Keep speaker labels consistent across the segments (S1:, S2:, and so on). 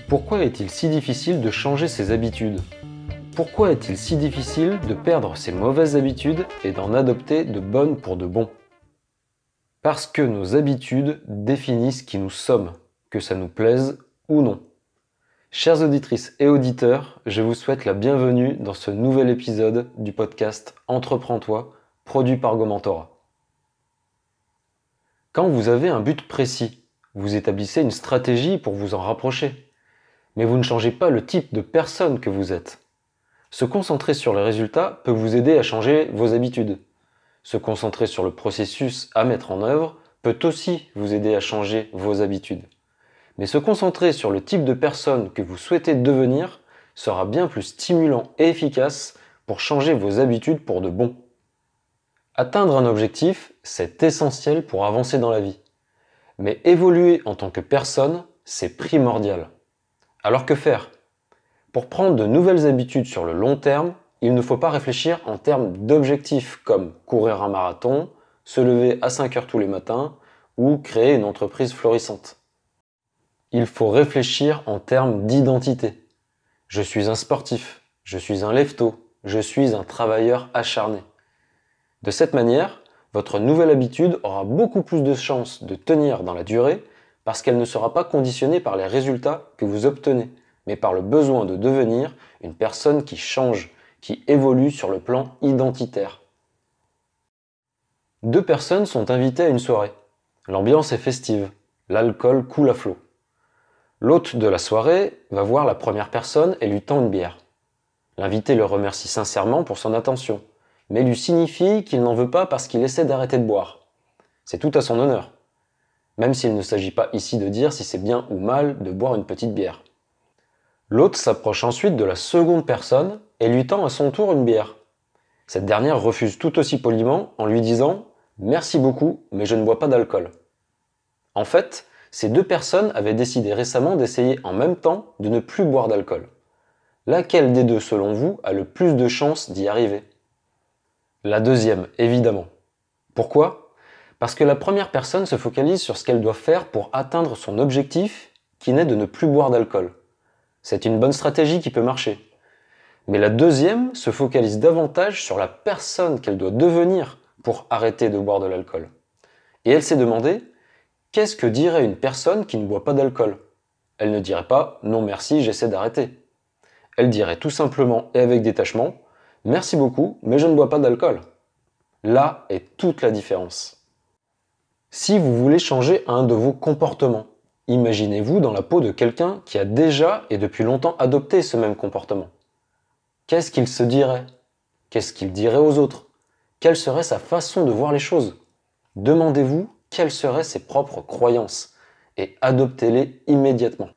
S1: Pourquoi est-il si difficile de changer ses habitudes ? Pourquoi est-il si difficile de perdre ses mauvaises habitudes et d'en adopter de bonnes pour de bon ? Parce que nos habitudes définissent qui nous sommes, que ça nous plaise ou non. Chères auditrices et auditeurs, je vous souhaite la bienvenue dans ce nouvel épisode du podcast Entreprends-toi, produit par Gomentora. Quand vous avez un but précis, vous établissez une stratégie pour vous en rapprocher. Mais vous ne changez pas le type de personne que vous êtes. Se concentrer sur les résultats peut vous aider à changer vos habitudes. Se concentrer sur le processus à mettre en œuvre peut aussi vous aider à changer vos habitudes. Mais se concentrer sur le type de personne que vous souhaitez devenir sera bien plus stimulant et efficace pour changer vos habitudes pour de bon. Atteindre un objectif, c'est essentiel pour avancer dans la vie. Mais évoluer en tant que personne, c'est primordial. Alors que faire ? Pour prendre de nouvelles habitudes sur le long terme, il ne faut pas réfléchir en termes d'objectifs comme courir un marathon, se lever à 5 heures tous les matins ou créer une entreprise florissante. Il faut réfléchir en termes d'identité. Je suis un sportif, je suis un lève-tôt, je suis un travailleur acharné. De cette manière, votre nouvelle habitude aura beaucoup plus de chances de tenir dans la durée parce qu'elle ne sera pas conditionnée par les résultats que vous obtenez, mais par le besoin de devenir une personne qui change, qui évolue sur le plan identitaire. Deux personnes sont invitées à une soirée. L'ambiance est festive, l'alcool coule à flot. L'hôte de la soirée va voir la première personne et lui tend une bière. L'invité le remercie sincèrement pour son attention, mais lui signifie qu'il n'en veut pas parce qu'il essaie d'arrêter de boire. C'est tout à son honneur. Même s'il ne s'agit pas ici de dire si c'est bien ou mal de boire une petite bière. L'hôte s'approche ensuite de la seconde personne et lui tend à son tour une bière. Cette dernière refuse tout aussi poliment en lui disant « Merci beaucoup, mais je ne bois pas d'alcool ». En fait, ces deux personnes avaient décidé récemment d'essayer en même temps de ne plus boire d'alcool. Laquelle des deux, selon vous, a le plus de chances d'y arriver ? La deuxième, évidemment. Pourquoi ? Parce que la première personne se focalise sur ce qu'elle doit faire pour atteindre son objectif, qui n'est de ne plus boire d'alcool. C'est une bonne stratégie qui peut marcher. Mais la deuxième se focalise davantage sur la personne qu'elle doit devenir pour arrêter de boire de l'alcool. Et elle s'est demandé, qu'est-ce que dirait une personne qui ne boit pas d'alcool ? Elle ne dirait pas « non merci, j'essaie d'arrêter ». Elle dirait tout simplement et avec détachement « merci beaucoup, mais je ne bois pas d'alcool ». Là est toute la différence. Si vous voulez changer un de vos comportements, imaginez-vous dans la peau de quelqu'un qui a déjà et depuis longtemps adopté ce même comportement. Qu'est-ce qu'il se dirait ? Qu'est-ce qu'il dirait aux autres ? Quelle serait sa façon de voir les choses ? Demandez-vous quelles seraient ses propres croyances et adoptez-les immédiatement.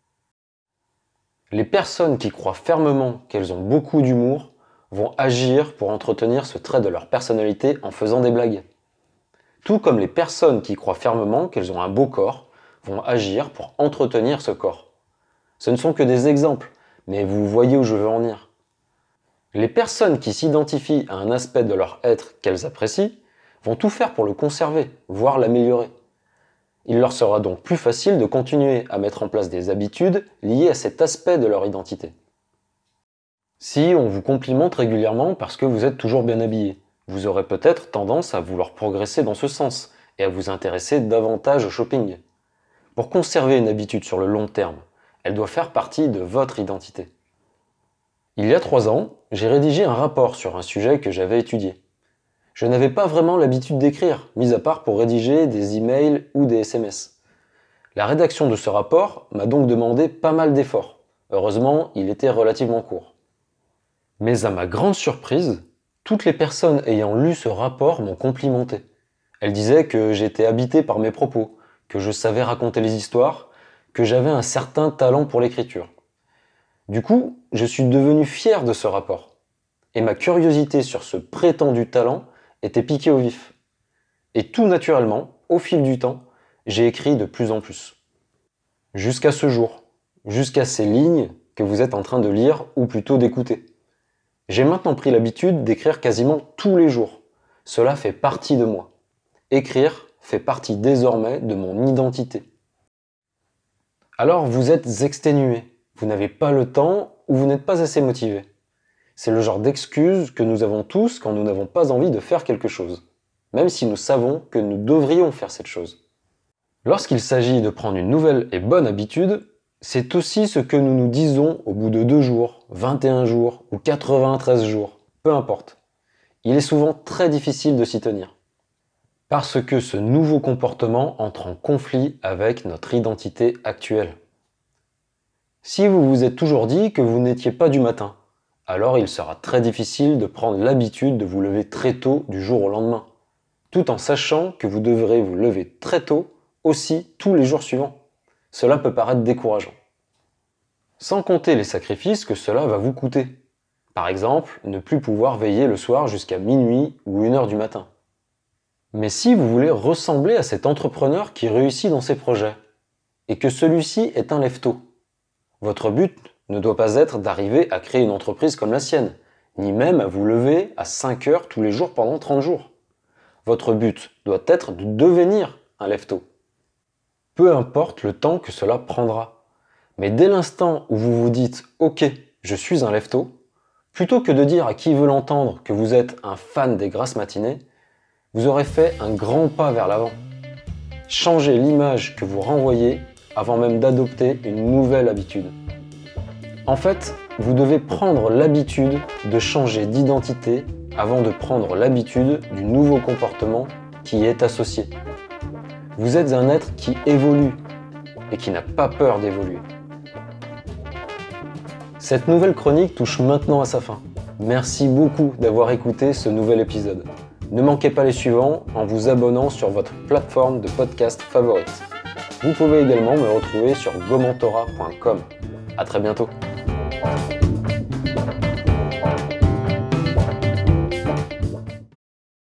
S1: Les personnes qui croient fermement qu'elles ont beaucoup d'humour vont agir pour entretenir ce trait de leur personnalité en faisant des blagues. Tout comme les personnes qui croient fermement qu'elles ont un beau corps vont agir pour entretenir ce corps. Ce ne sont que des exemples, mais vous voyez où je veux en venir. Les personnes qui s'identifient à un aspect de leur être qu'elles apprécient vont tout faire pour le conserver, voire l'améliorer. Il leur sera donc plus facile de continuer à mettre en place des habitudes liées à cet aspect de leur identité. Si on vous complimente régulièrement parce que vous êtes toujours bien habillé, vous aurez peut-être tendance à vouloir progresser dans ce sens et à vous intéresser davantage au shopping. Pour conserver une habitude sur le long terme, elle doit faire partie de votre identité. Il y a 3 ans, j'ai rédigé un rapport sur un sujet que j'avais étudié. Je n'avais pas vraiment l'habitude d'écrire, mis à part pour rédiger des emails ou des SMS. La rédaction de ce rapport m'a donc demandé pas mal d'efforts. Heureusement, il était relativement court. Mais à ma grande surprise, toutes les personnes ayant lu ce rapport m'ont complimenté. Elles disaient que j'étais habité par mes propos, que je savais raconter les histoires, que j'avais un certain talent pour l'écriture. Du coup, je suis devenu fier de ce rapport. Et ma curiosité sur ce prétendu talent était piquée au vif. Et tout naturellement, au fil du temps, j'ai écrit de plus en plus. Jusqu'à ce jour, jusqu'à ces lignes que vous êtes en train de lire ou plutôt d'écouter. J'ai maintenant pris l'habitude d'écrire quasiment tous les jours. Cela fait partie de moi. Écrire fait partie désormais de mon identité. Alors vous êtes exténué, vous n'avez pas le temps ou vous n'êtes pas assez motivé. C'est le genre d'excuse que nous avons tous quand nous n'avons pas envie de faire quelque chose, même si nous savons que nous devrions faire cette chose. Lorsqu'il s'agit de prendre une nouvelle et bonne habitude, c'est aussi ce que nous nous disons au bout de 2 jours, 21 jours ou 93 jours, peu importe. Il est souvent très difficile de s'y tenir. Parce que ce nouveau comportement entre en conflit avec notre identité actuelle. Si vous vous êtes toujours dit que vous n'étiez pas du matin, alors il sera très difficile de prendre l'habitude de vous lever très tôt du jour au lendemain, tout en sachant que vous devrez vous lever très tôt aussi tous les jours suivants. Cela peut paraître décourageant. Sans compter les sacrifices que cela va vous coûter. Par exemple, ne plus pouvoir veiller le soir jusqu'à minuit ou 1h du matin. Mais si vous voulez ressembler à cet entrepreneur qui réussit dans ses projets, et que celui-ci est un lève-tôt, votre but ne doit pas être d'arriver à créer une entreprise comme la sienne, ni même à vous lever à 5 heures tous les jours pendant 30 jours. Votre but doit être de devenir un lève-tôt. Peu importe le temps que cela prendra. Mais dès l'instant où vous vous dites « Ok, je suis un lève-tôt », plutôt que de dire à qui veut l'entendre que vous êtes un fan des grasses matinées, vous aurez fait un grand pas vers l'avant. Changez l'image que vous renvoyez avant même d'adopter une nouvelle habitude. En fait, vous devez prendre l'habitude de changer d'identité avant de prendre l'habitude du nouveau comportement qui y est associé. Vous êtes un être qui évolue et qui n'a pas peur d'évoluer. Cette nouvelle chronique touche maintenant à sa fin. Merci beaucoup d'avoir écouté ce nouvel épisode. Ne manquez pas les suivants en vous abonnant sur votre plateforme de podcast favorite. Vous pouvez également me retrouver sur gomentora.com. À très bientôt.